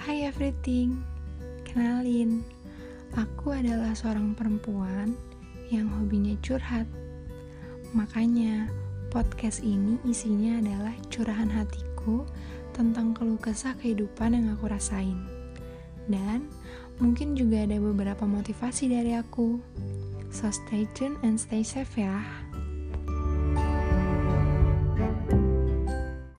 Hai everything, kenalin, aku adalah seorang perempuan yang hobinya curhat. Makanya, podcast ini isinya adalah curahan hatiku tentang keluh kesah kehidupan yang aku rasain. Dan mungkin juga ada beberapa motivasi dari aku. So stay tuned and stay safe ya.